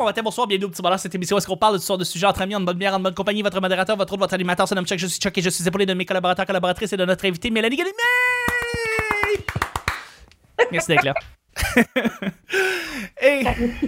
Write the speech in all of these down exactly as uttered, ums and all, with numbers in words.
matin, bonsoir, bienvenue au Petit Bonheur, cette émission où est-ce qu'on parle de toutes sortes de sujets entre amis, en bonne bière, en bonne compagnie. Votre modérateur, votre autre, votre animateur, son nom Chuck, je suis Chuck et je suis épaulé de mes collaborateurs, collaboratrices et de notre invité Mélanie Galimé. Merci d'être là. Et...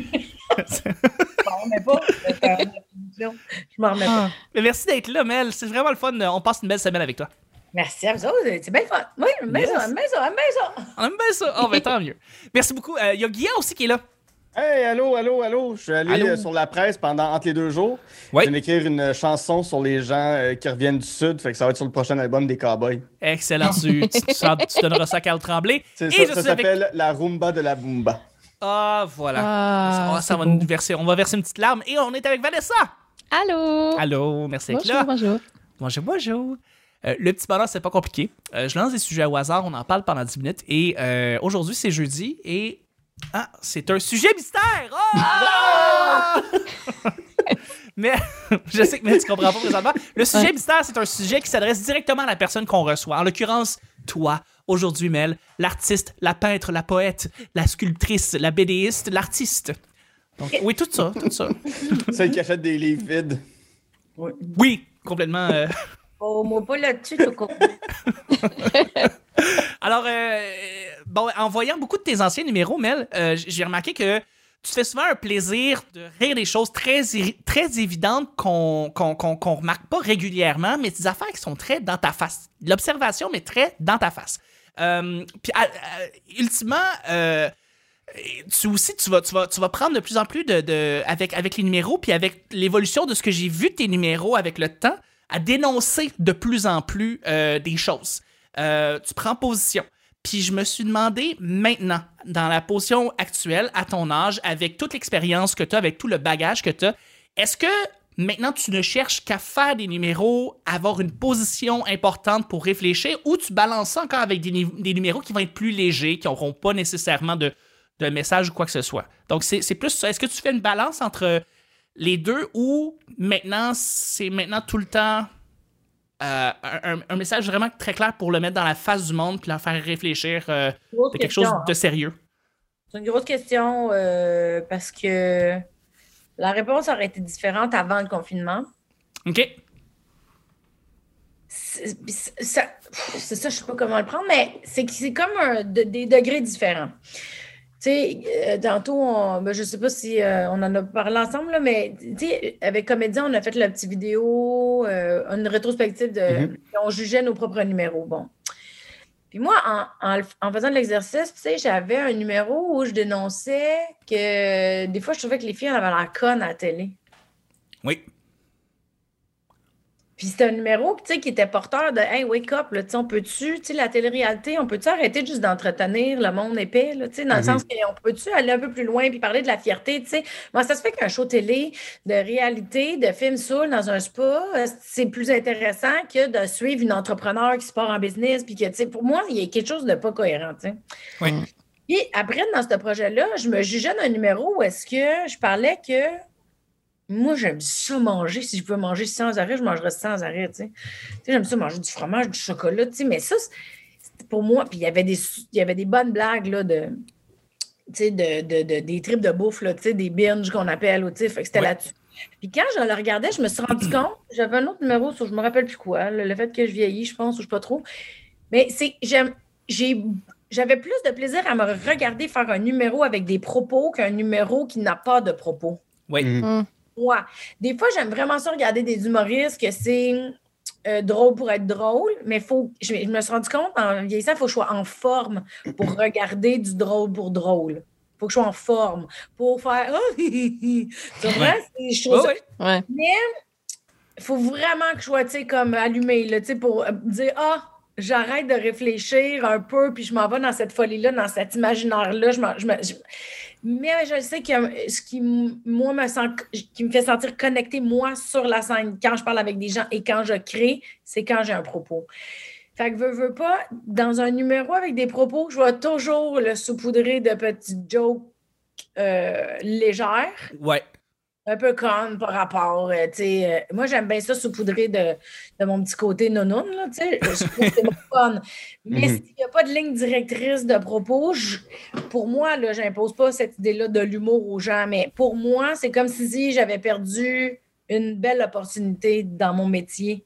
Je m'en remets pas. Je m'en remets pas. Mais merci d'être là, Mel. C'est vraiment le fun. On passe une belle semaine avec toi. Merci à vous autres. C'est bien fun. Oui, j'aime bien Yes. ça, j'aime bien ça, j'aime bien ça. On aime bien ça. Oh, ben tant mieux. Merci beaucoup. Il euh, y a Guillaume aussi qui est là. Hey, allô, allô, allô. Je suis allé Allô? euh, sur la presse pendant entre les deux jours. Oui. Je viens d'écrire une chanson sur les gens euh, qui reviennent du Sud. Fait que ça va être sur le prochain album des Cowboys. Excellent. Tu, tu, tu, tu donneras ça à Carl Tremblay. C'est Et ça, je ça suis avec... s'appelle La Rumba de la Bumba. Ah, voilà. Ah, ça, ça va beau. nous verser. On va verser une petite larme. Et on est avec Vanessa. Allô? Allô, merci d'être Bonjour, là. bonjour. Bonjour, bonjour. Euh, le petit bonheur, c'est pas compliqué. Euh, je lance des sujets au hasard, on en parle pendant dix minutes. Et euh, aujourd'hui, c'est jeudi et. Ah, c'est un sujet mystère! Oh! Ah! Mais je sais que mais tu comprends pas présentement. Le sujet Ouais. mystère, c'est un sujet qui s'adresse directement à la personne qu'on reçoit. En l'occurrence, toi, aujourd'hui, Mel, l'artiste, la peintre, la poète, la sculptrice, la bédéiste, l'artiste. Donc, oui, tout ça, tout ça. Celle qui achète des livres vides. Oui, complètement. euh, Oh, moi pas là-dessus, tout court. Alors, euh, bon, en voyant beaucoup de tes anciens numéros, Mel, euh, j'ai remarqué que tu te fais souvent un plaisir de rire des choses très, irri- très évidentes qu'on qu'on, qu'on, qu'on remarque pas régulièrement, mais des affaires qui sont très dans ta face. L'observation, mais très dans ta face. Euh, Puis, à- à- ultimement, euh, tu aussi, tu vas, tu, vas, tu vas prendre de plus en plus de, de, avec, avec les numéros, puis avec l'évolution de ce que j'ai vu de tes numéros avec le temps, à dénoncer de plus en plus euh, des choses. Euh, tu prends position. Puis je me suis demandé maintenant, dans la position actuelle, à ton âge, avec toute l'expérience que tu as, avec tout le bagage que tu as, est-ce que maintenant tu ne cherches qu'à faire des numéros, avoir une position importante pour réfléchir, ou tu balances ça encore avec des, ni- des numéros qui vont être plus légers, qui n'auront pas nécessairement de, de message ou quoi que ce soit? Donc c'est c'est plus ça. Est-ce que tu fais une balance entre les deux, ou maintenant, c'est maintenant tout le temps euh, un, un message vraiment très clair pour le mettre dans la face du monde puis leur faire réfléchir euh, Grosse de quelque question, chose hein. de sérieux? C'est une grosse question euh, parce que la réponse aurait été différente avant le confinement. OK? C'est c'est- ça, c'est ça, je sais pas comment le prendre, mais c'est que c'est comme un- de- des degrés différents. Tu sais, euh, tantôt, on, ben, je sais pas si euh, on en a parlé ensemble, là, mais tu sais, avec Comédien, on a fait la petite vidéo, euh, une rétrospective de. Mhm. On jugeait nos propres numéros. Bon. Puis moi, en, en le- en faisant de l'exercice, tu sais, j'avais un numéro où je dénonçais que des fois, je trouvais que les filles en avaient l'air connes à la télé. Oui. Puis c'était un numéro, tu sais, qui était porteur de Hey, wake up, là, tu sais, on peut-tu, tu sais, la télé-réalité, on peut-tu arrêter juste d'entretenir le monde épais, là, tu sais, dans le Mhm. sens qu'on peut-tu aller un peu plus loin puis parler de la fierté, tu sais. Moi, ça se fait qu'un show télé de réalité, de film soul dans un spa, euh, c'est plus intéressant que de suivre une entrepreneur qui se part en business, puis que, tu sais, pour moi, il y a quelque chose de pas cohérent, tu sais. Oui. Puis après, dans ce projet-là, je me jugeais d'un numéro où est-ce que je parlais que moi, j'aime ça manger. Si je peux manger sans arrêt, je mangerais sans arrêt, tu sais. Tu sais, j'aime ça manger du fromage, du chocolat, tu sais. Mais ça, c'est- c'était pour moi. Puis il y avait des, il y avait des bonnes blagues, là, de, tu sais, de, de, de- des tripes de bouffe, là, tu sais, des binges qu'on appelle, ou, tu sais. Fait que c'était Ouais. là-dessus. Puis quand je le regardais, je me suis rendu compte, j'avais un autre numéro sur je me rappelle plus quoi, le, le fait que je vieillis, je pense, ou je sais pas trop. Mais c'est, j'aime, j'ai, j'avais plus de plaisir à me regarder faire un numéro avec des propos qu'un numéro qui n'a pas de propos. Oui. Mhm. Ouais. Des fois, j'aime vraiment ça regarder des humoristes que c'est euh, drôle pour être drôle, mais faut, je, je me suis rendu compte en vieillissant, il faut que je sois en forme pour regarder du drôle pour drôle. Il faut que je sois en forme pour faire oh, hi, hi, hi. C'est vrai? C'est- Je trouve Oui, ça- oui. Ouais. il faut vraiment que je sois, tu sais, comme allumée, là, tu sais, pour euh, dire, ah, j'arrête de réfléchir un peu, puis je m'en vais dans cette folie-là, dans cet imaginaire-là. Je m'en- je me- je- Mais je sais que euh, ce qui, m- moi, me sent, qui me fait sentir connectée, moi, sur la scène, quand je parle avec des gens et quand je crée, c'est quand j'ai un propos. Fait que veux, veux pas, dans un numéro avec des propos, je vais toujours le saupoudrer de petites jokes euh, légères. Ouais. un peu conne par rapport. Euh, tu sais, euh, moi, j'aime bien ça saupoudrer de, de mon petit côté nounoun, là, tu sais. Je trouve que c'est mon fun. Mais Mhm. s'il n'y a pas de ligne directrice de propos, je- pour moi, là, j'impose pas cette idée-là de l'humour aux gens, mais pour moi, c'est comme si j'avais perdu une belle opportunité dans mon métier.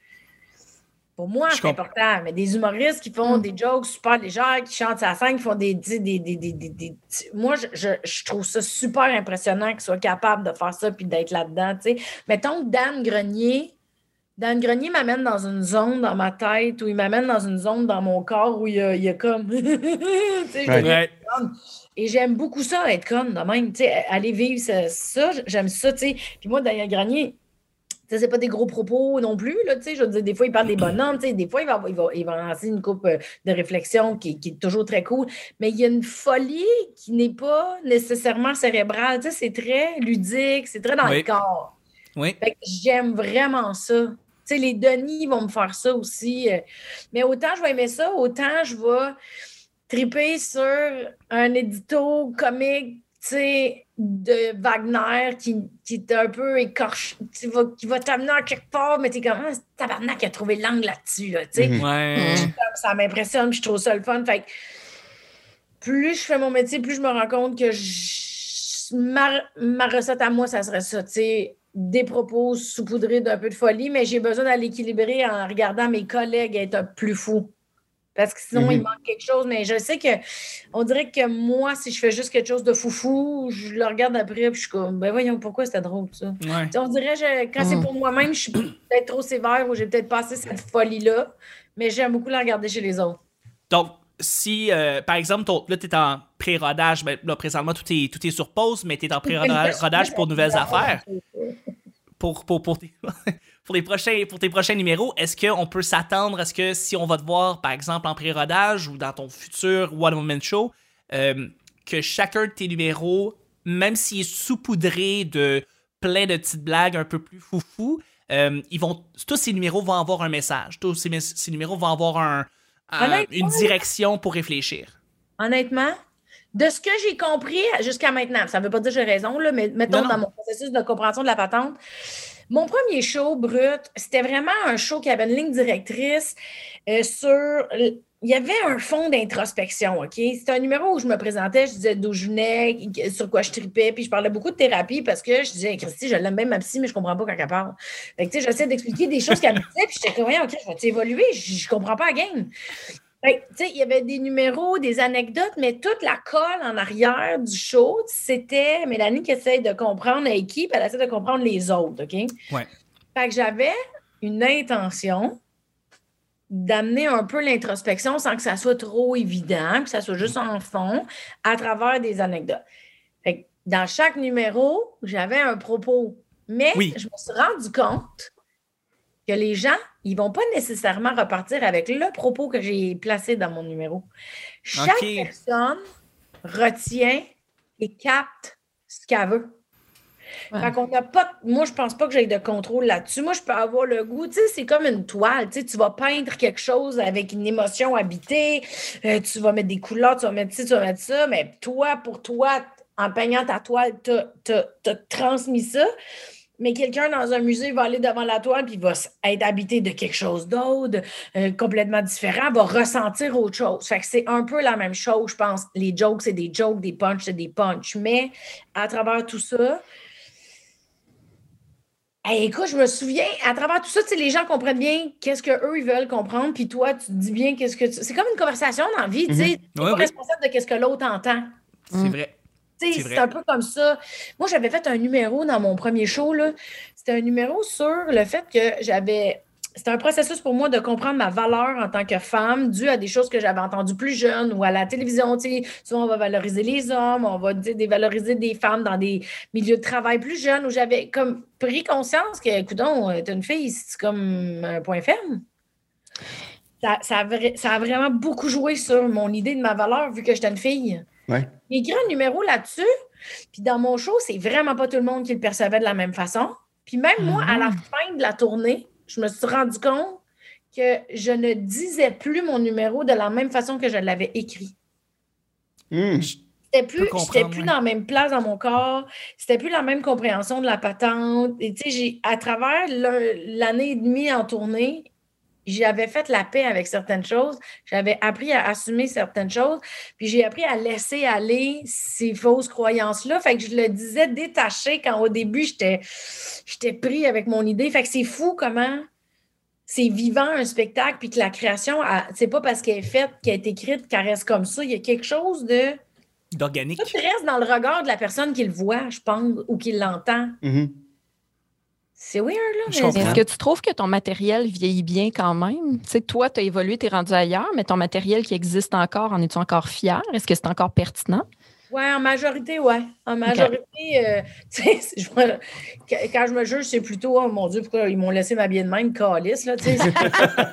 Pour moi, Je c'est comprends. important, mais des humoristes qui font Mm. des jokes super légères, qui chantent à la scène, qui font des... des, des, des, des, des- des- moi, je, je, je trouve ça super impressionnant qu'ils soient capables de faire ça puis d'être là-dedans, tu sais. Mettons que Dan Grenier, Dan Grenier m'amène dans une zone dans ma tête ou il m'amène dans une zone dans mon corps où il y a, il y a comme... tu sais, je Ouais. deviens Ouais. conne. Et j'aime beaucoup ça, être conne de même, tu sais, aller vivre ça, ça, j'aime ça, tu sais. Puis moi, Dan Grenier... Tu sais, c'est pas des gros propos non plus, là, tu sais, je veux dire, des fois, il parle des bonhommes, tu sais, des fois, il va, il va, il va lancer une coupe euh, de réflexion qui, qui est toujours très cool, mais il y a une folie qui n'est pas nécessairement cérébrale, tu sais, c'est très ludique, c'est très dans Oui. le corps. Oui. Fait que j'aime vraiment ça. Tu sais, les Denis vont me faire ça aussi, euh, mais autant je vais aimer ça, autant je vais triper sur un édito comique, tu sais, de Wagner qui, qui est un peu écorché, qui va, qui va t'amener en quelque part, mais t'es comme, ah, tabarnak qui a trouvé l'angle là-dessus, là, tu sais. Mhm. Ouais. Mm. Ça m'impressionne, puis je trouve ça le fun. Fait que plus je fais mon métier, plus je me rends compte que je- ma, ma recette à moi, ça serait ça, tu sais, des propos saupoudrés d'un peu de folie, mais j'ai besoin d'aller équilibrer en regardant mes collègues être un plus fous. Parce que sinon, Mhm. il manque quelque chose. Mais je sais que, on dirait que moi, si je fais juste quelque chose de foufou, je le regarde après et je suis comme, ben voyons, pourquoi c'était drôle, ça? Ouais. Tu sais, on dirait, je- quand c'est Mm. pour moi-même, je suis peut-être trop sévère ou j'ai peut-être passé cette folie-là, mais j'aime beaucoup la regarder chez les autres. Donc, si, euh, par exemple, ton- là, tu es en pré-rodage, ben, là, présentement, tout est, tout est sur pause, mais tu es en pré-rodage rodage pour nouvelles affaires. Pour, pour, pour, tes, pour, les prochains, pour tes prochains numéros, est-ce qu'on peut s'attendre à ce que si on va te voir, par exemple, en pré-rodage ou dans ton futur One Woman Show, euh, que chacun de tes numéros, même s'il est saupoudré de plein de petites blagues un peu plus foufou, euh, ils vont, tous ces numéros vont avoir un message. Tous ces, ces numéros vont avoir un, un- Honnêtement, une direction pour réfléchir. Honnêtement, de ce que j'ai compris jusqu'à maintenant, ça ne veut pas dire que j'ai raison, là, mais mettons Non, non. dans mon processus de compréhension de la patente, mon premier show, Brut, c'était vraiment un show qui avait une ligne directrice euh, sur... Il y avait un fond d'introspection, OK? C'était un numéro où je me présentais, je disais d'où je venais, sur quoi je tripais, puis je parlais beaucoup de thérapie parce que je disais, Christy, je l'aime bien ma psy, mais je comprends pas quand elle parle. Fait que, tu sais, j'essaie d'expliquer des choses qu'elle me disait, puis j'étais comme, voyons, OK, je vais évoluer, je, je comprends pas la game. Fait que, tu sais, il y avait des numéros, des anecdotes, mais toute la colle en arrière du show, c'était Mélanie qui essaie de comprendre l'équipe, elle essaie de comprendre les autres, OK? Ouais. Fait que j'avais une intention d'amener un peu l'introspection sans que ça soit trop évident, que ça soit juste en fond, à travers des anecdotes. Fait que dans chaque numéro, j'avais un propos. Mais Oui. je me suis rendu compte que les gens, ils vont pas nécessairement repartir avec le propos que j'ai placé dans mon numéro. Chaque OK. personne retient et capte ce qu'elle veut. Ouais. Fait qu'on n'a pas, moi, je pense pas que j'ai de contrôle là-dessus. Moi, je peux avoir le goût, tu sais, c'est comme une toile, tu sais, tu vas peindre quelque chose avec une émotion habitée, euh, tu vas mettre des couleurs, tu vas mettre ci, tu vas mettre ça, mais toi, pour toi, en peignant ta toile, t'as, t'as, t'as transmis ça. Mais quelqu'un dans un musée va aller devant la toile puis va être habité de quelque chose d'autre, euh, complètement différent, va ressentir autre chose. Fait que c'est un peu la même chose, je pense. Les jokes, c'est des jokes, des punchs, c'est des punchs. Mais à travers tout ça, hey, écoute, je me souviens, à travers tout ça, tu sais, les gens comprennent bien qu'est-ce qu'eux, ils veulent comprendre, puis toi, tu te dis bien qu'est-ce que tu... C'est comme une conversation dans la vie, tu sais. Mhm. Tu n'es Ouais, pas oui. responsable de qu'est-ce que l'autre entend. C'est Mm. vrai. Tu sais, C'est c'est vrai. un peu comme ça. Moi, j'avais fait un numéro dans mon premier show, là. C'était un numéro sur le fait que j'avais... C'était un processus pour moi de comprendre ma valeur en tant que femme dû à des choses que j'avais entendues plus jeune ou à la télévision. Tu sais, souvent, on va valoriser les hommes, on va dire, dévaloriser des femmes dans des milieux de travail plus jeunes où j'avais comme pris conscience que, coudonc, t'es une fille, c'est comme un point ferme. Ça, ça, a, vra- ça a vraiment beaucoup joué sur mon idée de ma valeur vu que j'étais une fille. Ouais. J'ai écrit un numéro là-dessus, puis dans mon show, c'est vraiment pas tout le monde qui le percevait de la même façon. Puis même moi, à la fin de la tournée, je me suis rendu compte que je ne disais plus mon numéro de la même façon que je l'avais écrit. Hmm. C'était C'était plus, j'étais plus ouais. dans la même place dans mon corps. C'était plus la même compréhension de la patente. Et tu sais, j'ai, à travers le, l'année et demie en tournée, j'avais fait la paix avec certaines choses. J'avais appris à assumer certaines choses. Puis j'ai appris à laisser aller ces fausses croyances-là. Fait que je le disais détaché quand au début, j'étais, j'étais pris avec mon idée. Fait que c'est fou comment c'est vivant un spectacle puis que la création, elle, c'est pas parce qu'elle est faite, qu'elle est écrite, qu'elle reste comme ça. Il y a quelque chose de... d'organique. Tout reste dans le regard de la personne qui le voit, je pense, ou qui l'entend. Mm-hmm. C'est weird, là. Je Mais comprends. Est-ce que tu trouves que ton matériel vieillit bien quand même? Tu sais, toi, tu as évolué, tu es rendu ailleurs, mais ton matériel qui existe encore, en es-tu encore fier? Est-ce que c'est encore pertinent? ouais, en majorité, ouais. En majorité, euh, tu sais, je me- quand je me juge, c'est plutôt, oh mon Dieu, pourquoi ils m'ont laissé m'habiller de même, calice, là, tu sais. C'est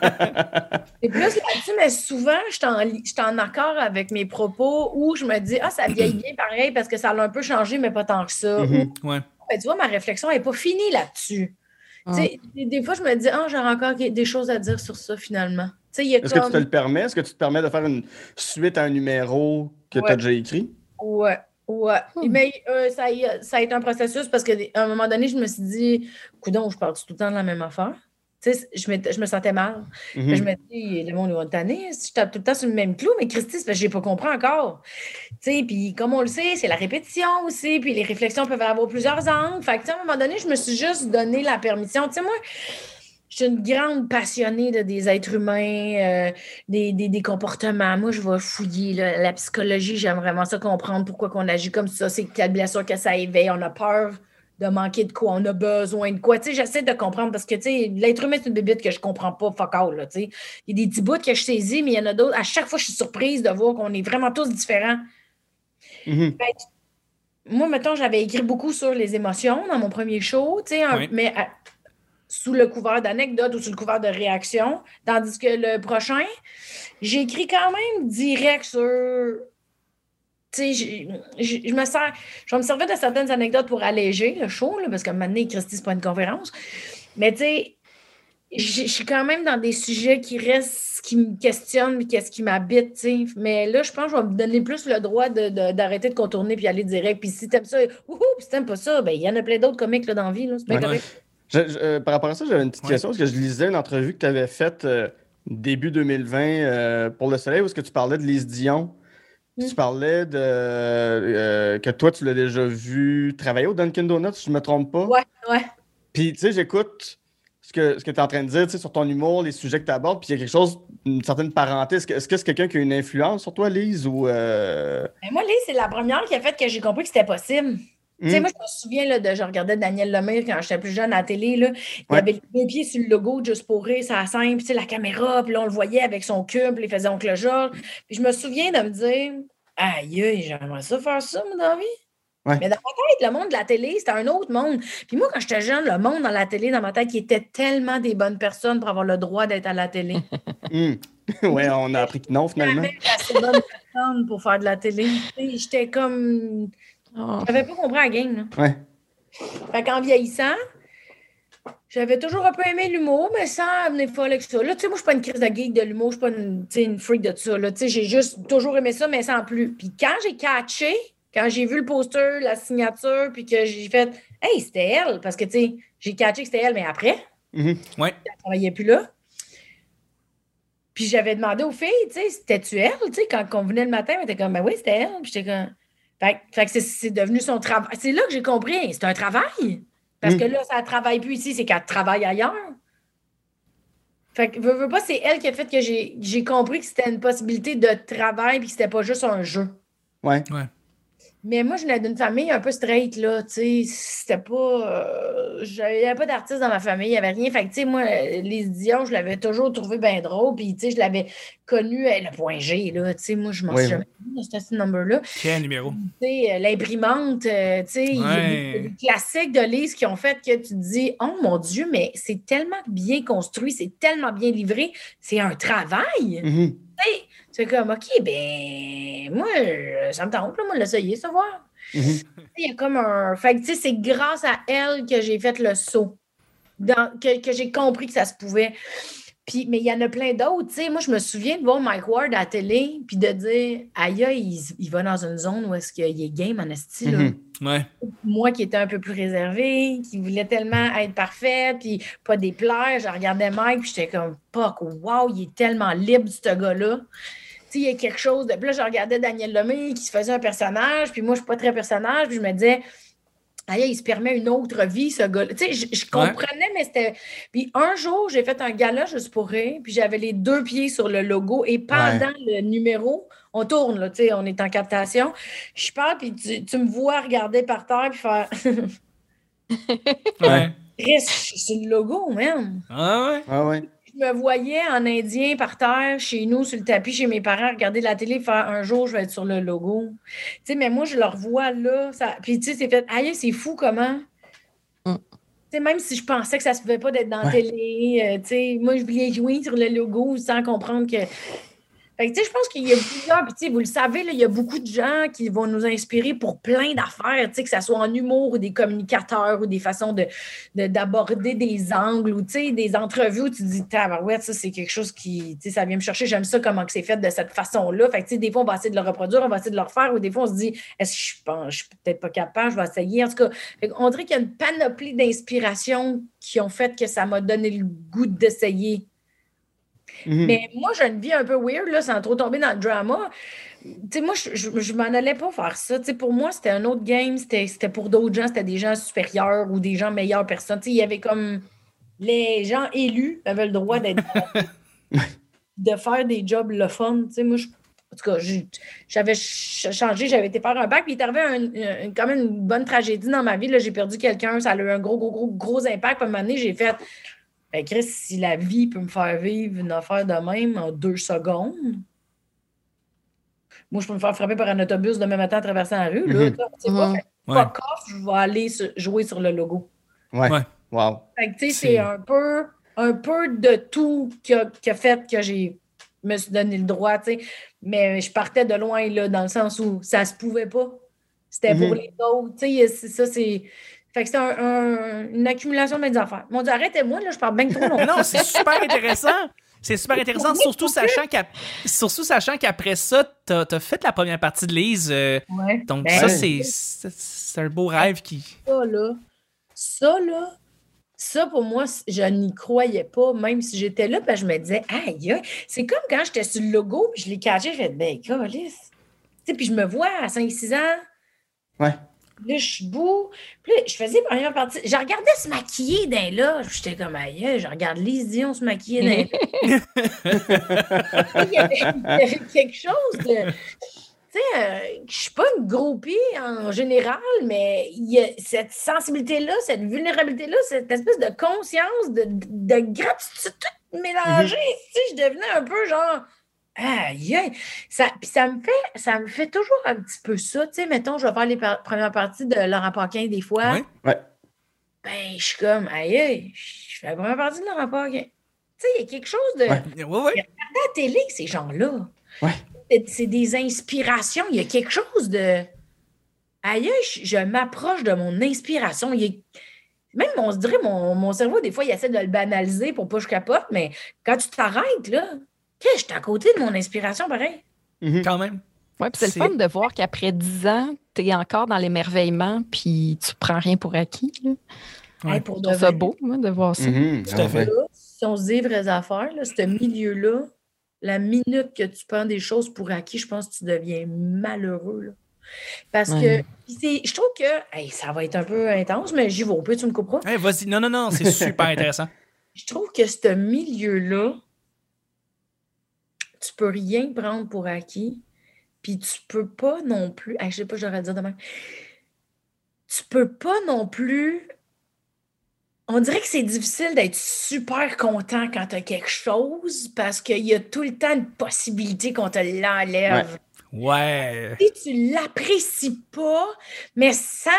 c'est plus là-dessus, mais souvent, je suis en, li- je suis en accord avec mes propos où je me dis, ah, ça vieillit bien pareil parce que ça a un peu changé, mais pas tant que ça. Mhm. Ou, Ouais. ben, tu vois, ma réflexion n'est pas finie là-dessus. Ah. Tu sais, des, des fois, je me dis, ah, j'aurais encore des choses à dire sur ça, finalement. Tu sais, il y a Est-ce que tu comme... te le permets? Est-ce que tu te permets de faire une suite à un numéro que tu Ouais. as déjà écrit? Ouais, ouais. Hmm. Mais euh, ça, a, ça a été un processus parce qu'à un moment donné, je me suis dit, coudonc, je parle tout le temps de la même affaire. Tu sais, je, m'étais- je me sentais mal. Mhm. Puis je me dis, le monde va te tanner. Si je tape tout le temps sur le même clou, mais Christy, c'est parce que je n'ai pas compris encore. Tu sais, puis comme on le sait, c'est la répétition aussi, puis les réflexions peuvent avoir plusieurs angles. Fait que, tu sais, à un moment donné, je me suis juste donné la permission. Tu sais, moi, je suis une grande passionnée de, des êtres humains, euh, des, des, des comportements. Moi, je vais fouiller là, la psychologie. J'aime vraiment ça, comprendre pourquoi on agit comme ça. C'est quelle blessure que ça éveille. On a peur de manquer de quoi. On a besoin de quoi. Tu sais, j'essaie de comprendre parce que, tu sais, l'être humain, c'est une bébite que je comprends pas, fuck all, là, tu sais. Il y a des petits bouts que je saisis, mais il y en a d'autres. À chaque fois, je suis surprise de voir qu'on est vraiment tous différents. Mhm. Moi, mettons, j'avais écrit beaucoup sur les émotions dans mon premier show, tu sais, un- Oui. mais à- sous le couvert d'anecdotes ou sous le couvert de réactions. Tandis que le prochain, j'ai écrit quand même direct sur. Tu sais, j'ai- j'ai- je me sers. Je vais me servir de certaines anecdotes pour alléger le show, là, parce que maintenant, Christy, c'est pas une conférence. Mais tu sais, je je suis quand même dans des sujets qui restent, qui me questionnent, puis qu'est-ce qui m'habite, tu sais. Mais là, je pense que je vais me donner plus le droit de, de- d'arrêter de contourner puis aller direct. Puis si t'aimes ça, wouhou, puis si t'aimes pas ça, ben il y en a plein d'autres comiques là, dans la vie, là. C'est bien Ouais. correct. Je- je- euh, par rapport à ça, j'avais une petite Ouais. question parce que je lisais une entrevue que tu avais faite euh, début deux mille vingt euh, pour Le Soleil où est-ce que tu parlais de Lise Dion. Puis Mm. Tu parlais de euh, que toi, tu l'as déjà vu travailler au Dunkin' Donuts, si je ne me trompe pas. Ouais, ouais. Puis, tu sais, j'écoute ce que, ce que tu es en train de dire tu sais, sur ton humour, les sujets que tu abordes, puis il y a quelque chose, une certaine parenté. Est-ce que est-ce que c'est quelqu'un qui a une influence sur toi, Lise, ou... euh, Ben, moi, Lise, c'est la première qui a fait que j'ai compris que c'était possible. Tu sais, hmm? moi, je me souviens là, de, je regardais Daniel Lemire quand j'étais plus jeune à la télé. Là. Il Ouais. avait les deux pieds sur le logo Juste pour rire, ça scène, puis tu sais, la caméra, puis là, on le voyait avec son cube, puis il faisait Oncle Georges. Puis je me souviens de me dire, aïe, aïe, j'aimerais ça faire ça, moi, dans la vie. Ouais. Mais dans ma tête, le monde de la télé, c'était un autre monde. Puis moi, quand j'étais jeune, le monde dans la télé, dans ma tête, qui était tellement des bonnes personnes pour avoir le droit d'être à la télé. Hmm. Ouais, on a appris que non, finalement. Jamais assez bonne personne pour faire de la télé. Tu sais, j'étais comme. Oh. J'avais pas compris la game, là. Ouais. Fait qu'en vieillissant, j'avais toujours un peu aimé l'humour, mais sans venir folle avec ça. Là, tu sais, moi, je suis pas une crise de geek de l'humour, je suis pas une, tu sais, une freak de ça. Là. Tu sais, j'ai juste toujours aimé ça, mais sans plus. Puis quand j'ai catché, quand j'ai vu le poster, la signature, puis que j'ai fait « Hey, c'était elle! » Parce que, tu sais, j'ai catché que c'était elle, mais après, Mhm. Ouais. elle travaillait plus là. Puis j'avais demandé aux filles, tu sais, c'était-tu elle? Tu sais, quand on venait le matin, on était comme « Ben oui, c'était elle. » Puis j'étais comme... Fait, que- fait que c'est, c'est devenu son travail. C'est là que j'ai compris, c'est un travail. Parce Mm. que là, ça ne travaille plus ici, c'est qu'elle travaille ailleurs. Fait que, veux, veux pas, c'est elle qui a fait que j'ai, j'ai compris que c'était une possibilité de travail puis que c'était pas juste un jeu. Ouais. Ouais. Mais moi, je venais d'une famille un peu straight, là, tu sais, c'était pas... euh, j'avais- il n'y avait pas d'artiste dans ma famille, il n'y avait rien. Fait que, tu sais, moi, les Dion, je l'avais toujours trouvé bien drôle, puis, tu sais, je l'avais connu, euh, le point G, là, tu sais, moi, je m'en Oui, suis jamais dit de ce number-là. Quel numéro? Tu sais, euh, l'imprimante, euh, tu sais, il y a des- Ouais. des classiques de Lise qui ont fait que tu te dis, oh mon Dieu, mais c'est tellement bien construit, c'est tellement bien livré, c'est un travail. Mhm. C'est comme, OK, ben, moi, euh, ça me tente, là, moi, de l'essayer, savoir. Mhm. Tu sais, il y a comme un. Fait que, tu sais, c'est grâce à elle que j'ai fait le saut, dans- que, que j'ai compris que ça se pouvait. Puis, mais il y en a plein d'autres. Tu sais, moi, je me souviens de voir Mike Ward à la télé, puis de dire, aïe, il, il va dans une zone où est-ce qu'il est game en esti, là. Mhm. Ouais. Moi qui étais un peu plus réservée, qui voulait tellement être parfaite, puis pas déplaire, je regardais Mike, puis j'étais comme, fuck, wow, il est tellement libre, ce gars-là. Tu sais, il y a quelque chose de... Puis là, je regardais Daniel Lemay qui se faisait un personnage, puis moi, je suis pas très personnage, puis je me disais... Aïe, il se permet une autre vie, ce gars-là. Tu sais, je, je comprenais, ouais. mais c'était... Puis un jour, j'ai fait un gala juste pour rire, puis j'avais les deux pieds sur le logo, et pendant ouais. le numéro, on tourne, là, tu sais, on est en captation, je parle, puis tu, tu me vois regarder par terre, puis faire... ouais. C'est le logo, même. Ah ouais? Ah ouais. Je me voyais en indien par terre, chez nous, sur le tapis, chez mes parents, regarder la télé, faire un jour, je vais être sur le logo. Tu sais, mais moi, je le revois là. Ça... Puis, tu sais, c'est fait, aïe, c'est fou comment. Mm. Tu sais, même si je pensais que ça se pouvait pas d'être dans la ouais. télé, euh, tu sais, moi, je voulais jouer sur le logo sans comprendre que. Fait que, tu sais, je pense qu'il y a plusieurs, puis tu sais, vous le savez, là, il y a beaucoup de gens qui vont nous inspirer pour plein d'affaires, tu sais, que ça soit en humour ou des communicateurs ou des façons de, de, d'aborder des angles ou, tu sais, des entrevues où tu te dis, tabarouette, ça, c'est quelque chose qui, tu sais, ça vient me chercher, j'aime ça, comment que c'est fait de cette façon-là. Fait que, tu sais, des fois, on va essayer de le reproduire, on va essayer de le refaire, ou des fois, on se dit, est-ce que je pense, je suis peut-être pas capable, je vais essayer. En tout cas, on dirait qu'il y a une panoplie d'inspirations qui ont fait que ça m'a donné le goût d'essayer. Mm-hmm. Mais moi, j'ai une vie un peu weird, là, sans trop tomber dans le drama. Tu sais, moi, je, je, je m'en allais pas faire ça. Tu sais, pour moi, c'était un autre game. C'était, c'était pour d'autres gens. C'était des gens supérieurs ou des gens meilleures personnes. Tu sais, il y avait comme... Les gens élus avaient le droit d'être... de faire des jobs le fun. Tu sais, moi, je, en tout cas, j'avais changé. J'avais été faire un bac. Puis il est arrivé un, un, quand même une bonne tragédie dans ma vie. Là, j'ai perdu quelqu'un. Ça a eu un gros, gros, gros, gros impact. Puis à un moment donné, j'ai fait... Ben, Chris, si la vie peut me faire vivre une affaire de même en deux secondes, moi, je peux me faire frapper par un autobus demain matin en traversant la rue. Là, mm-hmm. Tu sais pas, fait, ouais. Fuck off, je vais aller jouer sur le logo. Ouais. ouais. Wow. Fait que, tu sais, c'est, c'est un peu, un peu de tout qui a, qui a fait que j'ai me suis donné le droit, tu sais. Mais je partais de loin, là, dans le sens où ça se pouvait pas. C'était mm-hmm. pour les autres. Tu sais, c'est, ça, c'est... Fait que c'est un, un, une accumulation de mes affaires. Mon Dieu, arrêtez-moi, là, je parle bien trop longtemps. Non, c'est super intéressant. C'est super intéressant, surtout sachant, surtout sachant qu'après ça, t'as, t'as fait la première partie de Lise. Euh, ouais. Donc ben, ça, c'est, c'est, c'est un beau rêve qui... Ça, là, ça, là, ça, pour moi, je n'y croyais pas, même si j'étais là, puis je me disais, aïe, aïe. C'est comme quand j'étais sur le logo, puis je l'ai caché, je fais, ben, câlisse. Tu sais, puis je me vois à cinq six ans. Ouais. Là, je suis beau. Puis là, je faisais la première partie. Je regardais se maquiller d'un là. J'étais comme, aïe, je regarde Lise Dion se maquiller d'un là. il, y avait, il y avait quelque chose de... Tu sais, euh, je suis pas une groupie en général, mais il y a cette sensibilité-là, cette vulnérabilité-là, cette espèce de conscience, de, de gratitude, tout mélangé. Mm-hmm. Tu sais, je devenais un peu genre... Aïe, aïe. Ça, puis ça me fait, ça me fait toujours un petit peu ça. Tu sais, mettons, je vais faire les par- premières parties de Laurent Paquin des fois. Oui. Ouais. Ben, je suis comme, aïe, aïe, je fais la première partie de Laurent Paquin. Tu sais, il y a quelque chose de... Ouais, ouais, ouais. Regarder à la télé, ces gens-là. Ouais. C'est, c'est des inspirations. Il y a quelque chose de... Aïe, je, je m'approche de mon inspiration. Il y a... Même, on se dirait, mon, mon cerveau, des fois, il essaie de le banaliser pour pas que je capote, mais quand tu t'arrêtes, là... Je suis à côté de mon inspiration, pareil. Mm-hmm. Quand même. Oui, puis c'est, c'est le fun de voir qu'après dix ans, tu es encore dans l'émerveillement, puis tu prends rien pour acquis. Là. Ouais. Hey, pour de ça beau, hein, de voir ça. Mm-hmm. Tout à fait. Là, si on se dit vraies affaires, là, ce milieu-là, la minute que tu prends des choses pour acquis, je pense que tu deviens malheureux. Là. Parce ouais. que c'est, je trouve que hey, ça va être un peu intense, mais j'y vais. Au peu, tu me couperas. Hey, vas-y. Non, non, non, c'est super intéressant. Je trouve que ce milieu-là, tu peux rien prendre pour acquis, puis tu peux pas non plus... Je sais pas, je devrais dire demain. Tu peux pas non plus... On dirait que c'est difficile d'être super content quand tu as quelque chose, parce qu'il y a tout le temps une possibilité qu'on te l'enlève. Ouais. ouais. Si tu l'apprécies pas, mais sans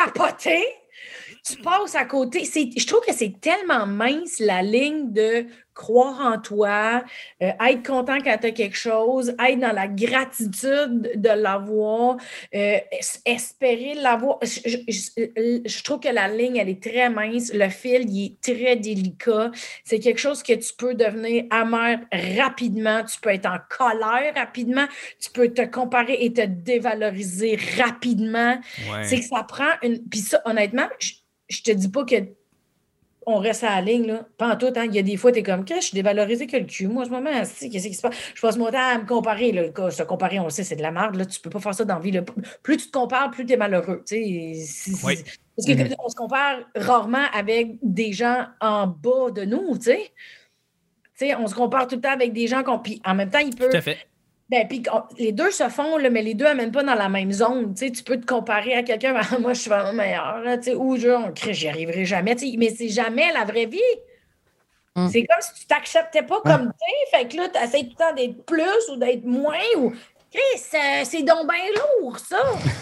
capoter... Tu passes à côté. C'est, je trouve que c'est tellement mince la ligne de croire en toi, euh, être content quand tu as quelque chose, être dans la gratitude de l'avoir, euh, es- espérer l'avoir. Je, je- je- je trouve que la ligne, elle est très mince. Le fil, il est très délicat. C'est quelque chose que tu peux devenir amer rapidement. Tu peux être en colère rapidement. Tu peux te comparer et te dévaloriser rapidement. Ouais. C'est que ça prend une... Puis ça, honnêtement, je, je te dis pas que on reste à la ligne, là. Pas en tout, hein. Il y a des fois, t'es comme, que je suis dévalorisé que le cul. Moi, en ce moment, c'est- qu'est-ce qui se passe? Je passe mon temps à me comparer, là. Se comparer, on le sait, c'est de la merde, là. Tu peux pas faire ça dans la vie, là. Plus tu te compares, plus t'es malheureux, tu sais. C'est- c'est- Oui. Parce qu'on Mhm. se compare rarement avec des gens en bas de nous, tu sais. Tu sais, on se compare tout le temps avec des gens qu'on... Puis en même temps, il peut... Tout à fait. Ben, puis on- les deux se font, là, mais les deux n'amènent pas dans la même zone. Tu sais, tu peux te comparer à quelqu'un, ben, moi, je suis vraiment meilleur, là, tu sais, ou genre, j'y arriverai jamais, tu sais, mais c'est jamais la vraie vie. Mm. C'est comme si tu t'acceptais pas comme t'es, fait que là, tu essaies tout le temps d'être plus ou d'être moins, ou Chris, euh, c'est donc bien lourd, ça.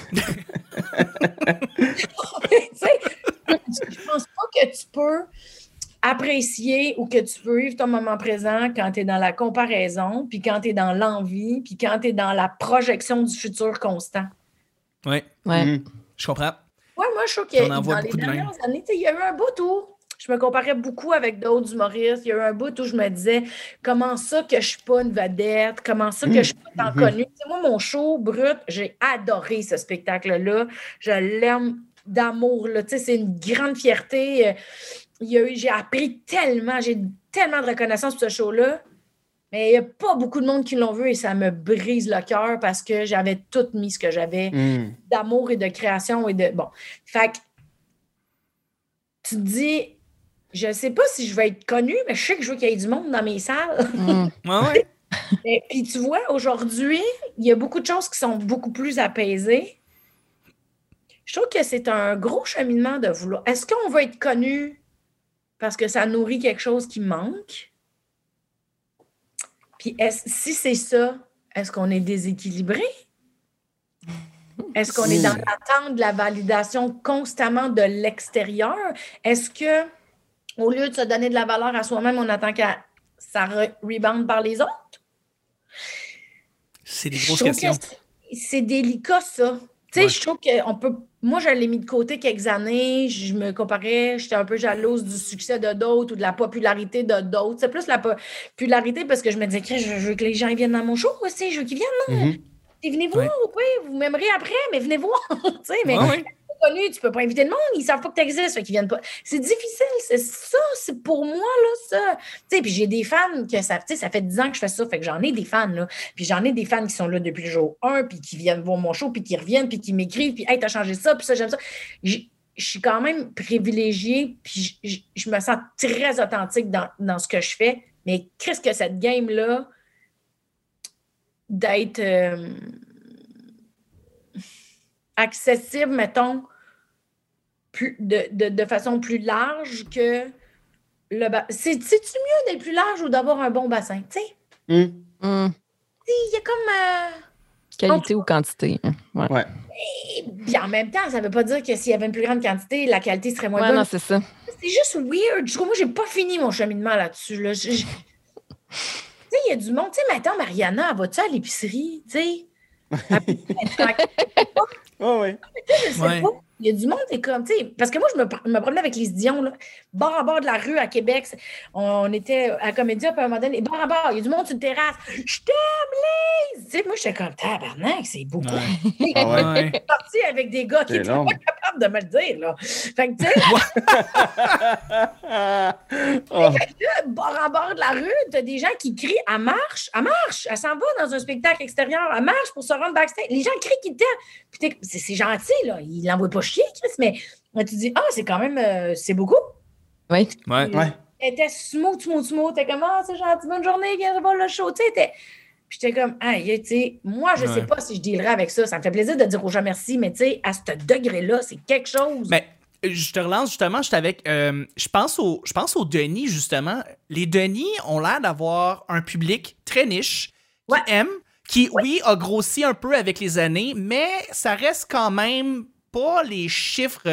Tu sais, je pense pas que tu peux apprécier ou que tu peux vivre ton moment présent quand tu es dans la comparaison, puis quand tu es dans l'envie, puis quand tu es dans la projection du futur constant. Oui, Ouais. Mhm. je comprends. Ouais, moi, je trouve On que en voit dans les beaucoup de dernières même. années, tu sais, il y a eu un bout où je me comparais beaucoup avec d'autres humoristes. Il y a eu un bout où je me disais comment ça que je suis pas une vedette, comment ça que je suis pas tant Mhm. connue. Tu sais, moi, mon show brut, j'ai adoré ce spectacle-là. Je l'aime d'amour, là. Tu sais, c'est une grande fierté. Euh, Il y a eu, j'ai appris tellement, j'ai tellement de reconnaissance pour ce show-là. Mais il n'y a pas beaucoup de monde qui l'ont vu et ça me brise le cœur parce que j'avais tout mis ce que j'avais Mhm. d'amour et de création et de. Bon. Fait que tu te dis, je sais pas si je vais être connue, mais je sais que je veux qu'il y ait du monde dans mes salles. Mm. Ouais, ouais. Et puis tu vois, aujourd'hui, il y a beaucoup de choses qui sont beaucoup plus apaisées. Je trouve que c'est un gros cheminement de vouloir. Est-ce qu'on veut être connu parce que ça nourrit quelque chose qui manque? Puis est-ce- si c'est ça, est-ce qu'on est déséquilibré? Est-ce qu'on est dans l'attente de la validation constamment de l'extérieur? Est-ce que, au lieu de se donner de la valeur à soi-même, on attend que ça re- rebound par les autres? C'est des Je grosses trouve questions. que c'est- c'est délicat, ça. Tu sais, Ouais. je trouve qu'on peut. Moi, je l'ai mis de côté quelques années. Je me comparais, j'étais un peu jalouse du succès de d'autres ou de la popularité de d'autres. C'est plus la popularité parce que je me disais, Chris, je veux que les gens ils viennent dans mon show aussi. Je veux qu'ils viennent. là. Mhm. Et venez voir, Ouais. oui, vous m'aimerez après, mais venez voir. Tu sais, mais Ouais, ouais. pas connu, tu peux pas inviter le monde, ils savent pas que tu existes, fait qu'ils viennent pas. C'est difficile, c'est ça, c'est pour moi, là, ça. Tu sais, puis j'ai des fans que ça, tu sais, ça fait dix ans que je fais ça, fait que j'en ai des fans, là. Puis j'en ai des fans qui sont là depuis le jour un, puis qui viennent voir mon show, puis qui reviennent, puis qui m'écrivent, puis hey, t'as changé ça, puis ça, j'aime ça. J'ai- Je suis quand même privilégiée, puis je, je- je me sens très authentique dans, dans ce que je fais, mais qu'est-ce que cette game-là d'être euh, accessible, mettons, plus, de, de, de façon plus large que le bassin. C'est, c'est-tu mieux d'être plus large ou d'avoir un bon bassin? Tu sais, Mhm. Mm. il y a comme. euh, Qualité ou quantité? hein. Ouais, Ouais. Puis en même temps, ça veut pas dire que s'il y avait une plus grande quantité, la qualité serait moins Ouais, bonne. non, c'est ça. C'est juste weird. Je trouve, moi, j'ai pas fini mon cheminement là-dessus. Là. Je- je- Tu sais, il y a du monde. Tu sais, maintenant, Mariana, elle va-tu à l'épicerie? Tu sais? Elle peut être tranquille. Ouais, ouais. Je sais Ouais. pas. Il y a du monde, c'est comme, tu sais, parce que moi, je me, me promenais avec les Dion, là, bord à bord de la rue à Québec. On était à Comédia, puis à un moment donné, bord à bord, il y a du monde sur une terrasse. Je t'aime, Lise! Tu sais, moi, j'étais comme, tabarnak, c'est beaucoup. Ouais. Ah ouais. Ouais. Je suis partie avec des gars qui C'est étaient long. pas capables de me le dire, là. Fait que, tu sais, Oh. là, bord à bord de la rue, t'as des gens qui crient « Elle marche, elle marche, elle s'en va dans un spectacle extérieur, elle marche pour se rendre backstage. » Les gens crient qu'ils t'aiment. Puis t'es- c'est, c'est gentil, là. Ils l'envoient pas chier, Chris, mais là, tu dis « Ah, c'est quand même, euh, c'est beaucoup. » Oui. Ouais. Ouais. Elle était smooth, smooth, smooth. T'es comme « Ah, c'est gentil, bonne journée, viens voir le show. » Tu sais, t'es- Puis j'étais comme, ah, tu sais, moi, je sais Ouais. pas si je dealerais avec ça. Ça me fait plaisir de dire aux gens merci, mais tu sais, à ce degré-là, c'est quelque chose. Mais je te relance justement, j'étais avec. euh, je pense au, je pense aux Denis, justement. Les Denis ont l'air d'avoir un public très niche qui Ouais. aime, qui, oui, a grossi un peu avec les années, mais ça reste quand même pas les chiffres euh,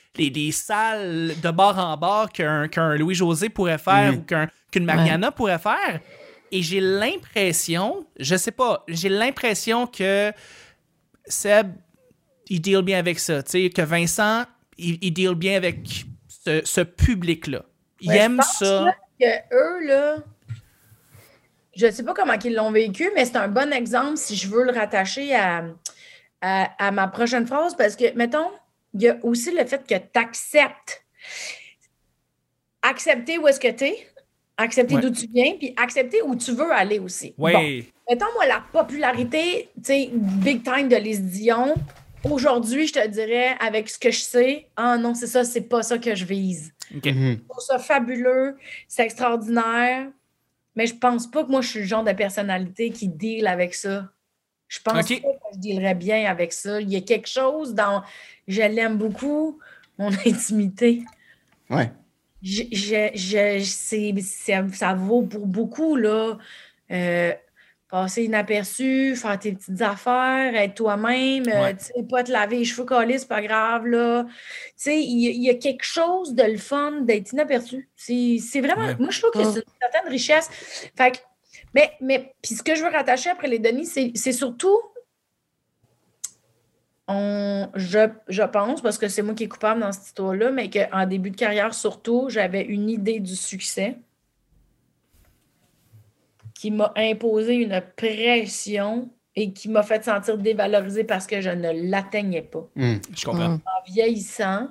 les, les salles de bar en bar qu'un, qu'un Louis-José pourrait faire Mm. ou qu'un, qu'une Mariana ouais. pourrait faire. Et j'ai l'impression, je sais pas, j'ai l'impression que Seb, il deal bien avec ça. Tu sais, que Vincent, il, il deal bien avec ce, ce public-là. Il ouais, aime je pense, ça. Là, que eux, là, je sais pas comment ils l'ont vécu, mais c'est un bon exemple si je veux le rattacher à, à, à ma prochaine phrase, parce que, mettons, il y a aussi le fait que tu acceptes. Accepter où est-ce que tu es, accepter ouais. d'où tu viens, puis accepter où tu veux aller aussi. Oui. Bon, mettons, moi, la popularité, tu sais, big time de Lise Dion, aujourd'hui, je te dirais, avec ce que je sais, ah non, c'est ça, c'est pas ça que je vise. Okay. Je trouve ça fabuleux, c'est extraordinaire, mais je pense pas que moi, je suis le genre de personnalité qui deal avec ça. Je pense okay. pas que je dealerais bien avec ça. Il y a quelque chose dans... Je l'aime beaucoup, mon intimité. Ouais. Je, je, je, c'est, c'est, ça vaut pour beaucoup, là. Euh, passer inaperçu, faire tes petites affaires, être toi-même, ouais. euh, tu sais, pas te laver les cheveux collés, c'est pas grave, là. Tu sais, il y, y a quelque chose de le fun d'être inaperçu. C'est, c'est vraiment... Ouais. Moi, je trouve que c'est une certaine richesse. Fait que... Mais, mais puis ce que je veux rattacher après les Denis, c'est, c'est surtout... On, je, je pense, parce que c'est moi qui est coupable dans cette histoire-là, mais qu'en début de carrière, surtout, j'avais une idée du succès qui m'a imposé une pression et qui m'a fait sentir dévalorisée parce que je ne l'atteignais pas. Mmh, je comprends. En vieillissant,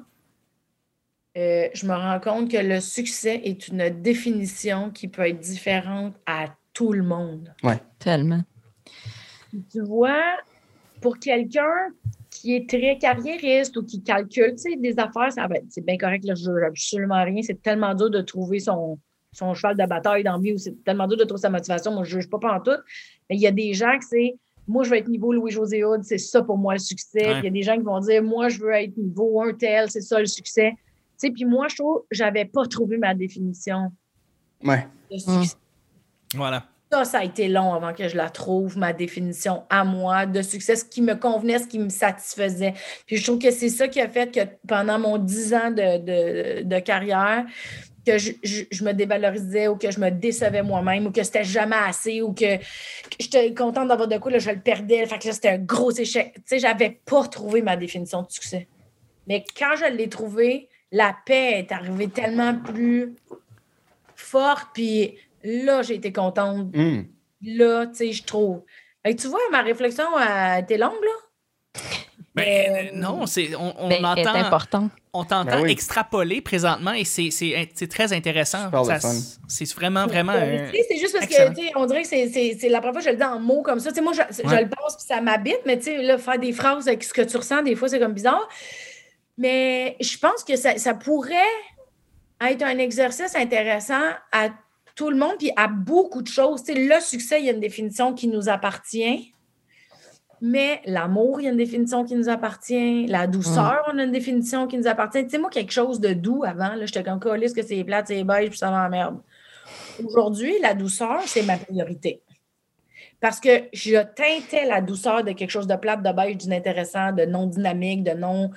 euh, je me rends compte que le succès est une définition qui peut être différente à tout le monde. Ouais. Tellement. Tu vois, pour quelqu'un qui est très carriériste ou qui calcule, tu sais, des affaires, ça, ben, c'est bien correct, là, je veux absolument rien. C'est tellement dur de trouver son, son cheval de bataille dans la vie, ou c'est tellement dur de trouver sa motivation. Moi, je ne juge pas pantoute. Mais il y a des gens qui c'est, moi, je veux être niveau Louis-José Hood, c'est ça pour moi le succès. Ouais. Puis il y a des gens qui vont dire, moi, je veux être niveau un tel, c'est ça le succès. Tu sais, puis moi, je trouve, j'avais pas trouvé ma définition ouais. de succès. Mmh. Voilà. Ça, ça a été long avant que je la trouve, ma définition à moi de succès, ce qui me convenait, ce qui me satisfaisait. Puis je trouve que c'est ça qui a fait que pendant mon dix ans de, de, de carrière, que je, je, je me dévalorisais ou que je me décevais moi-même ou que c'était jamais assez ou que, que j'étais contente d'avoir de quoi, là, je le perdais. Fait que là, c'était un gros échec. Tu sais, j'avais pas trouvé ma définition de succès. Mais quand je l'ai trouvée, la paix est arrivée tellement plus forte, puis... Là, j'ai été contente. Mm. Là, tu sais, je trouve. Fait que tu vois, ma réflexion a été longue, là. Ben, Mais, non, c'est, on, on ben, entend... C'est important. On t'entend ben oui. extrapoler présentement et c'est, c'est, c'est très intéressant. Ça, c'est vraiment, vraiment... Euh, c'est juste parce excellent. que, on dirait que c'est, c'est, c'est la première fois que je le dis en mots comme ça. T'sais, moi, je, ouais. je le pense puis ça m'habite, mais tu sais, là, faire des phrases avec ce que tu ressens, des fois, c'est comme bizarre. Mais je pense que ça, ça pourrait être un exercice intéressant à tout le monde, puis à beaucoup de choses. Tu sais, le succès, il y a une définition qui nous appartient, mais l'amour, il y a une définition qui nous appartient. La douceur, mm. on a une définition qui nous appartient. Tu sais, moi, quelque chose de doux avant, là, j'étais comme calisse que c'est plate, c'est beige, puis ça m'emmerde. Aujourd'hui, la douceur, c'est ma priorité. Parce que je teintais la douceur de quelque chose de plate, de beige, d'inintéressant, de non dynamique, de non...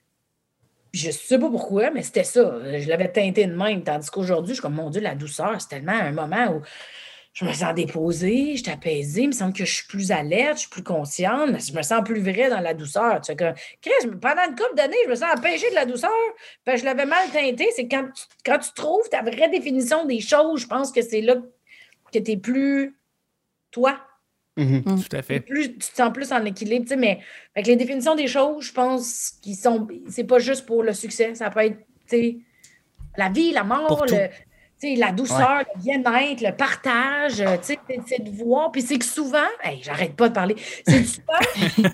Je ne sais pas pourquoi, mais c'était ça. Je l'avais teinté de même. Tandis qu'aujourd'hui, je suis comme, mon Dieu, la douceur, c'est tellement un moment où je me sens déposée, je suis apaisée, il me semble que je suis plus alerte, je suis plus consciente, je me sens plus vraie dans la douceur. Tu sais, comme, Chris, pendant une couple d'années, je me sens empêchée de la douceur. Puis je l'avais mal teinté. C'est quand tu, quand tu trouves ta vraie définition des choses, je pense que c'est là que tu es plus toi. Mm-hmm. Mm. Tout à fait. Plus, tu te sens plus en équilibre, tu sais, mais avec les définitions des choses, je pense qu'ils sont, c'est pas juste pour le succès, ça peut être, tu sais, la vie, la mort, le, tu sais, la douceur, ouais. le bien-être, le partage, tu sais, c'est, c'est de voir, puis c'est que souvent, hey, j'arrête pas de parler, c'est que souvent,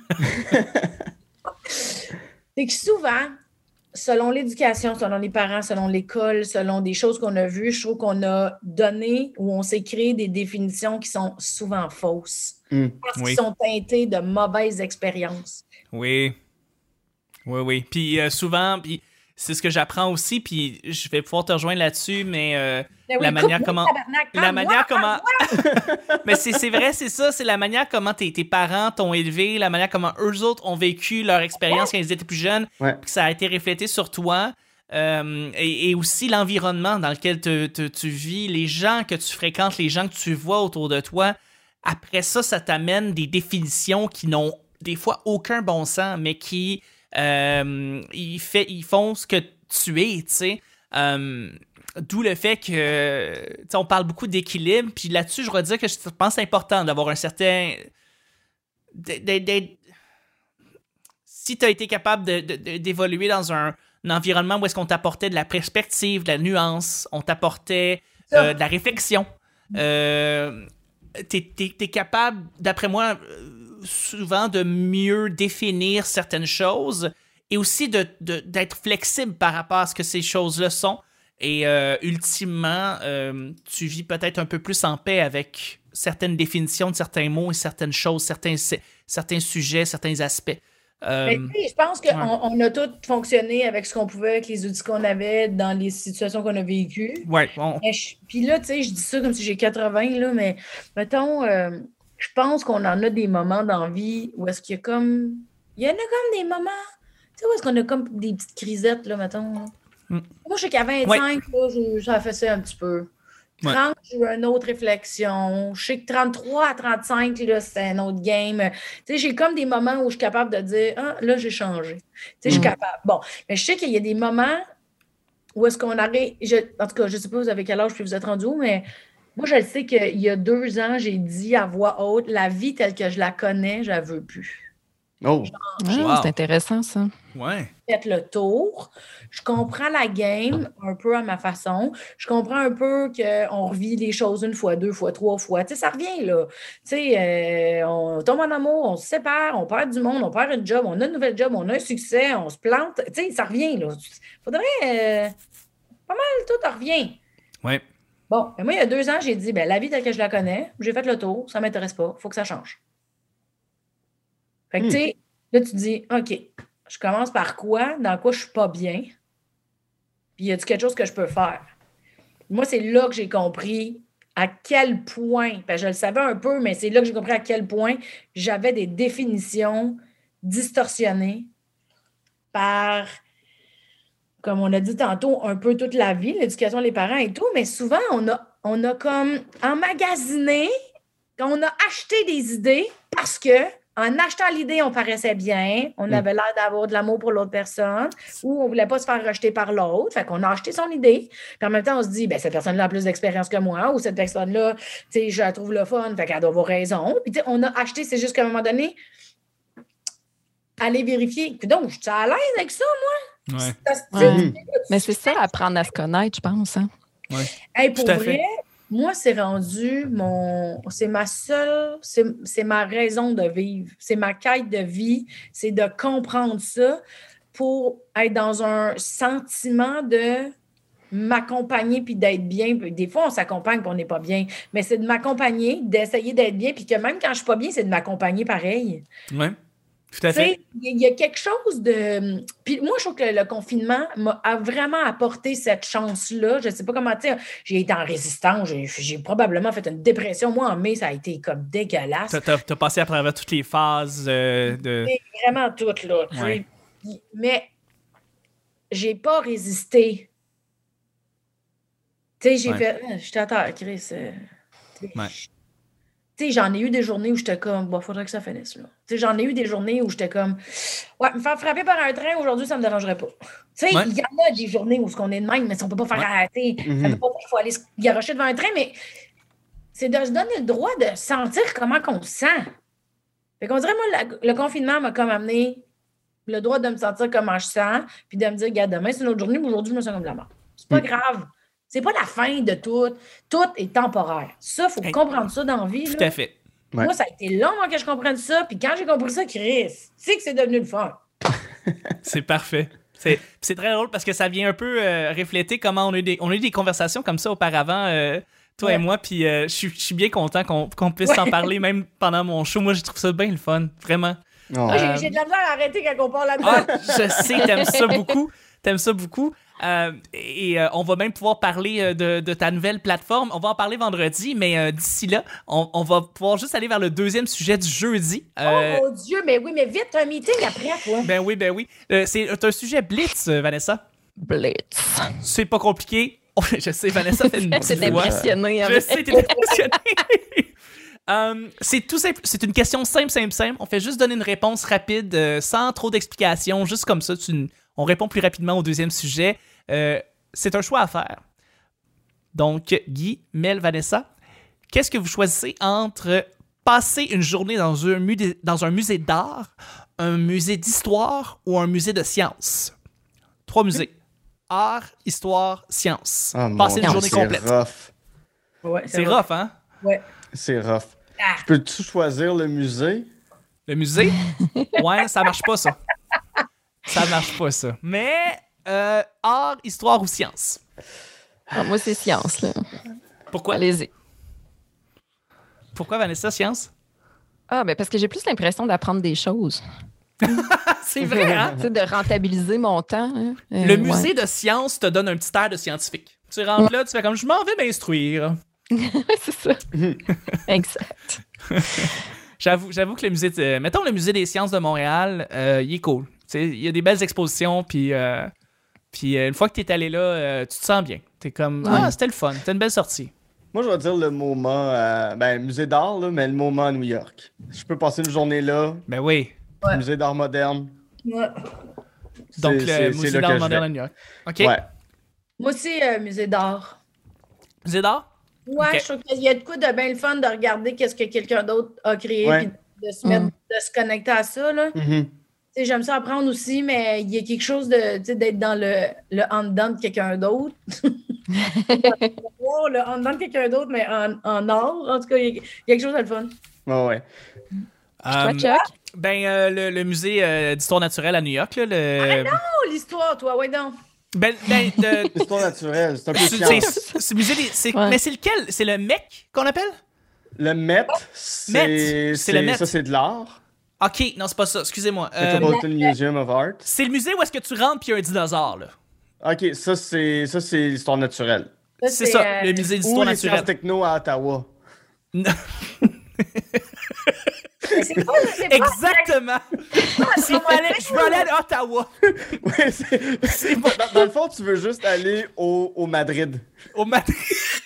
c'est que souvent, selon l'éducation, selon les parents, selon l'école, selon des choses qu'on a vues, je trouve qu'on a donné ou on s'est créé des définitions qui sont souvent fausses. Mm. Parce oui. qu'ils sont teintés de mauvaises expériences. Oui. Oui, oui. Puis euh, souvent, puis c'est ce que j'apprends aussi, puis je vais pouvoir te rejoindre là-dessus, mais euh, Ben oui, la manière coupe-moi, comment... tabarnak, La parle-moi, manière comment... parle-moi. mais c'est, c'est vrai, c'est ça, c'est la manière comment tes, tes parents t'ont élevé, la manière comment eux autres ont vécu leur expérience quand ils étaient plus jeunes, Ouais. puis que ça a été reflété sur toi. Euh, et, et aussi l'environnement dans lequel te, te- tu vis, les gens que tu fréquentes, les gens que tu vois autour de toi. Après ça, ça t'amène des définitions qui n'ont des fois aucun bon sens, mais qui euh, ils, fait, ils font ce que tu es, tu sais. Euh, d'où le fait que, tu sais, on parle beaucoup d'équilibre, puis là-dessus, je voudrais dire que je pense que c'est important d'avoir un certain... d'être- d'être- si tu as été capable de, de- de- d'évoluer dans un, un environnement où est-ce qu'on t'apportait de la perspective, de la nuance, on t'apportait euh, de la réflexion, euh, t'es, t'es, t'es capable, d'après moi, euh, souvent de mieux définir certaines choses et aussi de, de- d'être flexible par rapport à ce que ces choses-là sont. Et euh, ultimement, euh, tu vis peut-être un peu plus en paix avec certaines définitions de certains mots et certaines choses, certains, certains sujets, certains aspects. Euh, Mais tu sais, je pense qu'on ouais. on a tous fonctionné avec ce qu'on pouvait, avec les outils qu'on avait dans les situations qu'on a vécues. ouais, on- Mais je- Puis là, tu sais, je dis ça comme si j'ai quatre-vingts, là, mais mettons, euh, je pense qu'on en a des moments dans la vie où est-ce qu'il y a comme. Il y en a comme des moments, tu sais, où est-ce qu'on a comme des petites crisettes, là, mettons. Là. Mm. Moi, je sais qu'à vingt-cinq, là, je- ça a fait ça un petit peu. Ouais. trente, j'ai eu une autre réflexion. Je sais que trente-trois à trente-cinq, là, c'est un autre game. Tu sais, j'ai comme des moments où je suis capable de dire, ah, là, j'ai changé. Tu sais, je suis Mm. capable. Bon, mais je sais qu'il y a des moments où est-ce qu'on arrive. Je, en tout cas, je ne sais pas vous avez quel âge puis vous êtes rendu où, mais moi, je le sais qu'il y a deux ans, j'ai dit à voix haute, la vie telle que je la connais, je ne la veux plus. Oh, Ah, Wow. C'est intéressant, ça. ouais. Fait le tour. Je comprends la game un peu à ma façon. Je comprends un peu qu'on revit les choses une fois, deux fois, trois fois. Tu sais, ça revient, là. Tu sais, euh, on tombe en amour, on se sépare, on perd du monde, on perd un job, on a un nouvel job, on a un succès, on se plante. Tu sais, ça revient, là. Faudrait... euh, pas mal, tout revient. Ouais. Bon, mais moi, il y a deux ans, j'ai dit, ben, la vie telle que je la connais, j'ai fait le tour, ça ne m'intéresse pas, il faut que ça change. Fait que, Hmm. tu sais, là, tu dis, OK, je commence par quoi, dans quoi je suis pas bien, puis y a-t-il quelque chose que je peux faire? Moi, c'est là que j'ai compris à quel point, ben, je le savais un peu, mais c'est là que j'ai compris à quel point j'avais des définitions distorsionnées par, comme on a dit tantôt, un peu toute la vie, l'éducation des parents et tout, mais souvent, on a, on a comme emmagasiné, on a acheté des idées parce que en achetant l'idée, on paraissait bien, on Mm. avait l'air d'avoir de l'amour pour l'autre personne, ou on ne voulait pas se faire rejeter par l'autre. Fait qu'on a acheté son idée. Puis en même temps, on se dit, ben cette personne-là a plus d'expérience que moi, ou cette personne-là, tu sais, je la trouve le fun, fait qu'elle doit avoir raison. Puis tu sais, on a acheté, c'est juste qu'à un moment donné, aller vérifier. Puis donc, je suis à l'aise avec ça, moi. Ouais. Ça se Ouais. dit, Mais c'est ça, apprendre à se connaître, je pense. Hein? hey, pour Tout à vrai, fait. moi, c'est rendu mon. C'est ma seule. C'est, c'est ma raison de vivre. C'est ma quête de vie. C'est de comprendre ça pour être dans un sentiment de m'accompagner puis d'être bien. Des fois, on s'accompagne puis on n'est pas bien. Mais c'est de m'accompagner, d'essayer d'être bien, puis que même quand je suis pas bien, c'est de m'accompagner pareil. Ouais. Tout à Tu sais, fait. il y a quelque chose de... Puis moi, je trouve que le confinement m'a a vraiment apporté cette chance-là. Je ne sais pas comment dire. J'ai été en résistance. J'ai, j'ai probablement fait une dépression. Moi, en mai, ça a été comme dégueulasse. T'as, t'as- t'as passé à travers toutes les phases euh, de. C'est vraiment tout, là. tu sais. Ouais. Mais j'ai pas résisté. Tu sais, j'ai Ouais. fait... Ah, j'étais à terre, Chris. euh, tu sais, Ouais. Tu sais, j'en ai eu des journées où j'étais comme, bon, faudrait que ça finisse, là. Tu sais, j'en ai eu des journées où j'étais comme, ouais, me faire frapper par un train aujourd'hui, ça me dérangerait pas. Tu sais, il Ouais. y en a des journées où on est de même, mais on peut pas faire Ouais. arrêter. Ça Mhm. veut pas dire qu'il faut aller se garrocher devant un train, mais c'est de se donner le droit de sentir comment qu'on se sent. Fait qu'on dirait, moi, la- le confinement m'a comme amené le droit de me sentir comment je sens, puis de me dire, regarde, demain, c'est une autre journée, mais aujourd'hui, je me sens comme de la mort. C'est pas Mm. grave. C'est pas la fin de tout. Tout est temporaire. Ça, il faut Hey. comprendre ça dans la vie. Tout là. à fait. Ouais. Moi, ça a été long avant que je comprenne ça. Puis quand j'ai compris ça, Chris, c'est que c'est devenu le fun. C'est parfait. C'est, c'est très drôle parce que ça vient un peu euh, refléter comment on a, eu des, on a eu des conversations comme ça auparavant, euh, toi Ouais. et moi. Puis euh, je suis- je suis bien content qu'on, qu'on puisse Ouais. s'en parler même pendant mon show. Moi, je trouve ça bien le fun. Vraiment. Oh. Moi, j'ai, Euh, j'ai de la misère à arrêter quand on parle là-dedans. Ah, je sais, t'aimes ça beaucoup. T'aimes ça beaucoup. Euh, et euh, on va même pouvoir parler euh, de, de ta nouvelle plateforme. On va en parler vendredi, mais euh, d'ici là, on, on va pouvoir juste aller vers le deuxième sujet du jeudi. Euh, Oh mon Dieu, mais oui, mais vite, un meeting après, toi. ben oui, ben oui. Euh, c'est un sujet blitz, euh, Vanessa. Blitz. C'est pas compliqué. Je sais, Vanessa fait une C'est petite voix. impressionné. Je avec- sais, t'es impressionné. Euh, c'est tout simple. C'est une question simple, simple, simple. On fait juste donner une réponse rapide, euh, sans trop d'explications, juste comme ça. Tu, on répond plus rapidement au deuxième sujet. Euh, c'est un choix à faire. Donc, Guy, Mel, Vanessa, qu'est-ce que vous choisissez entre passer une journée dans un, musée, dans un musée d'art, un musée d'histoire ou un musée de sciences? Trois musées. Art, histoire, sciences. Ah, mon passer une Dieu, journée c'est complète. rough. Ouais, C'est vrai. rough, hein? Ouais. C'est rough. Ah. Je peux-tu choisir le musée? Le musée? Ouais, ça marche pas, ça. Ça marche pas, ça. Mais, euh, art, histoire ou sciences? Ah, moi, c'est science, là. Pourquoi? Allez-y. Pourquoi, Vanessa, science? Ah, ben parce que j'ai plus l'impression d'apprendre des choses. C'est vrai, hein? Tu sais, de rentabiliser mon temps. hein. Euh, Le ouais. musée de sciences te donne un petit air de scientifique. Tu rentres là, tu fais comme, je m'en vais m'instruire. c'est ça. Exact. J'avoue, j'avoue que le musée, de- mettons le musée des sciences de Montréal, euh, il est cool. Tu sais, il y a des belles expositions, puis euh, puis euh, une fois que t'es allé là, euh, tu te sens bien. T'es comme, ah, c'était le fun, c'était une belle sortie. Moi, je vais dire le MoMA, euh, ben, musée d'art, là, mais le MoMA à New York. Je peux passer une journée là, Ben oui. Ouais. musée d'art moderne. Ouais. Donc, C'est- c'est- le c'est musée là d'art que je moderne vais. à New York. OK. Ouais. Moi aussi, euh, musée d'art. Musée d'art? Ouais, Ok. je trouve qu'il y a de quoi de bien le fun de regarder qu'est-ce que quelqu'un d'autre a créé Ouais. puis de se mettre, Mm. de se connecter à ça, là. Mhm. Tu sais, j'aime ça apprendre aussi, mais il y a quelque chose de, tu sais, d'être dans le, le en dedans de quelqu'un d'autre. Oh, le en dedans de quelqu'un d'autre, mais en, en or. En tout cas, il y a quelque chose de le fun. Ouais, ouais. Toi, Euh, Chuck? ben, euh, le, le musée euh, d'histoire naturelle à New York, là, le... Oh, l'histoire, toi, ouais, donc. Ben, ben, de- Histoire naturelle, c'est un peu c'est, science. c'est- c'est le musée des... c'est- Ouais. Mais c'est lequel? C'est le M E C qu'on appelle? Le Met, Met, c'est c'est le Met. Ça, c'est de l'art. OK, non, c'est pas ça. Excusez-moi. Euh, Metropolitan Museum of Art. c'est le musée où est-ce que tu rentres puis il y a un dinosaure, là. OK, ça, c'est ça, c'est l'histoire naturelle. C'est ça, euh, le musée Ou d'histoire les sciences naturelle. techno à Ottawa. Non. c'est pas, c'est pas, Exactement. S'il fallait, je veux aller à Ottawa. Ouais, c'est... C'est pas Dans, dans le fond, tu veux juste aller au, au Madrid. au Madrid.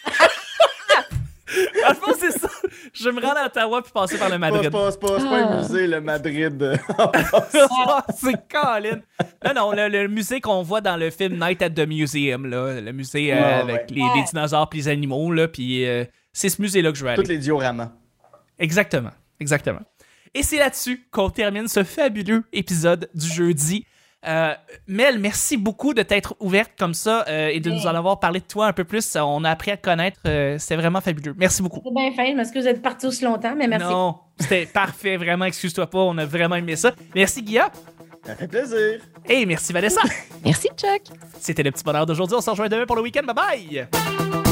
Dans le fond, c'est ça. Je vais me rendre à Ottawa puis passer par le C'est Madrid. pas, c'est pas, c'est pas Ah. un musée, le Madrid. Ah, c'est Colin. Non, non, le, le musée qu'on voit dans le film Night at the Museum, là, le musée euh, Ouais, avec ouais. Les, les dinosaures puis les animaux, là, puis euh, c'est ce musée-là que je veux aller. Tous les dioramas. Exactement, exactement. Et c'est là-dessus qu'on termine ce fabuleux épisode du jeudi. Euh, Mel, merci beaucoup de t'être ouverte comme ça euh, et de nous en avoir parlé de toi un peu plus. On a appris à te connaître. Euh, c'était vraiment fabuleux. Merci beaucoup. c'est bien fin. Je m'excuse d'être parti aussi longtemps, mais merci. Non, c'était parfait. Vraiment, excuse-toi pas. On a vraiment aimé ça. Merci, Guilla. Ça fait plaisir. Et merci, Vanessa. Merci, Chuck. C'était le petit bonheur d'aujourd'hui. On se rejoint demain pour le week-end. Bye bye!